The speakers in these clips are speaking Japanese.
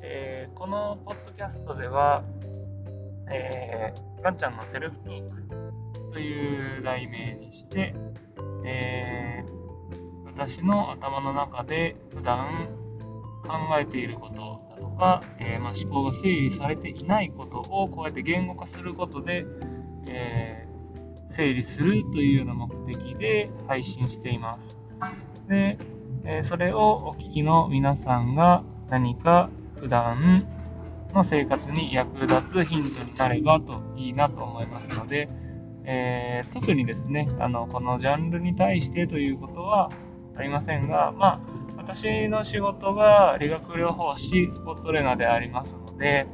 このポッドキャストでは、ガンちゃんのセルフトークという題名にして、私の頭の中で普段考えていることだとか、思考が整理されていないことをこうやって言語化することで、整理するというような目的で配信しています。で、それをお聞きの皆さんが何か普段の生活に役立つヒントになればといいなと思いますので、特にですね、このジャンルに対してということはありませんが、私の仕事が理学療法士、スポーツトレーナーでありますので、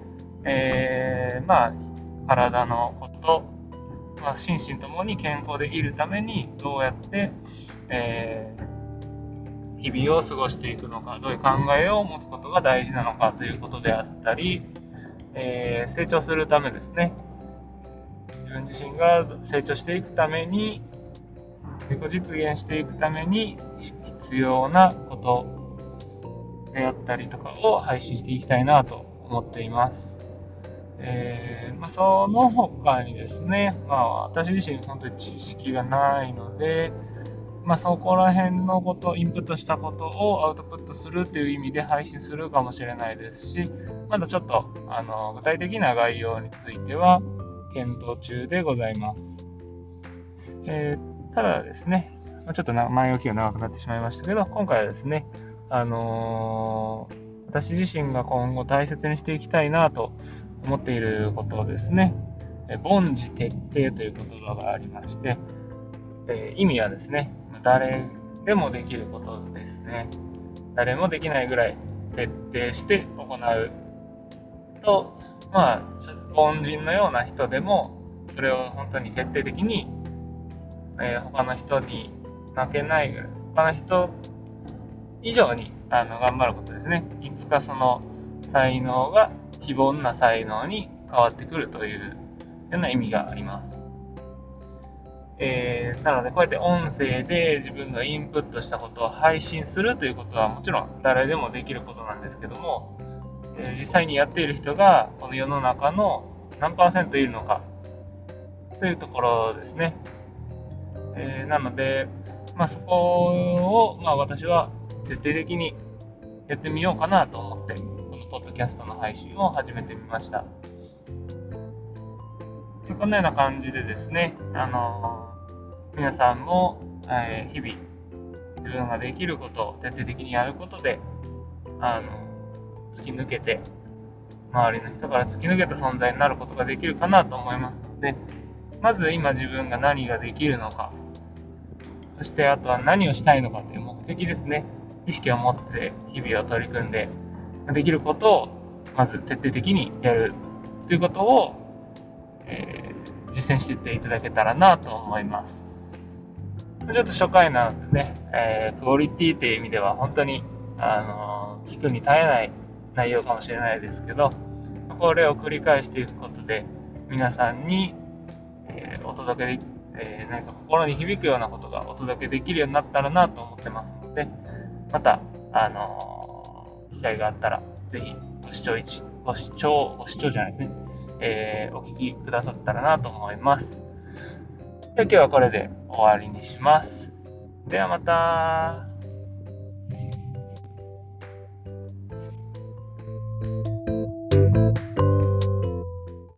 体のこと、心身ともに健康でいるためにどうやって、日々を過ごしていくのか、どういう考えを持つことが大事なのかということであったり、成長するためですね、自分自身が成長していくために、自己実現していくために必要なことであったりとかを配信していきたいなと思っています。その他にですね、私自身本当に知識がないので、そこら辺のこと、インプットしたことをアウトプットするという意味で配信するかもしれないですし、まだちょっと具体的な概要については検討中でございます。ただですね、ちょっと前置きが長くなってしまいましたけど、今回はですね、私自身が今後大切にしていきたいなと思っていることをですね、凡事徹底という言葉がありまして、意味はですね、誰でもできることですね。誰もできないぐらい徹底して行うと、凡人のような人でもそれを本当に徹底的に、他の人に負けないぐらい、他の人以上に頑張ることですね。いつかその才能が非凡な才能に変わってくるというような意味があります。なのでこうやって音声で自分のインプットしたことを配信するということはもちろん誰でもできることなんですけども、実際にやっている人がこの世の中の何%いるのかというところですね。なので、そこを、私は徹底的にやってみようかなと思ってこのポッドキャストの配信を始めてみました。こんなような感じでですね、皆さんも、日々自分ができることを徹底的にやることで突き抜けて、周りの人から突き抜けた存在になることができるかなと思いますので、まず今自分が何ができるのか、そしてあとは何をしたいのかという目的ですね、意識を持って日々を取り組んで、できることをまず徹底的にやるということを、実践していっていただけたらなと思います。ちょっと初回なのでね、クオリティという意味では本当に聞くに耐えない内容かもしれないですけど、これを繰り返していくことで皆さんに、お届けで、何か心に響くようなことがお届けできるようになったらなと思ってますので、また機会があったらぜひご視聴じゃないですね、お聞きくださったらなと思います。で、今日はこれで終わりにします。ではまた。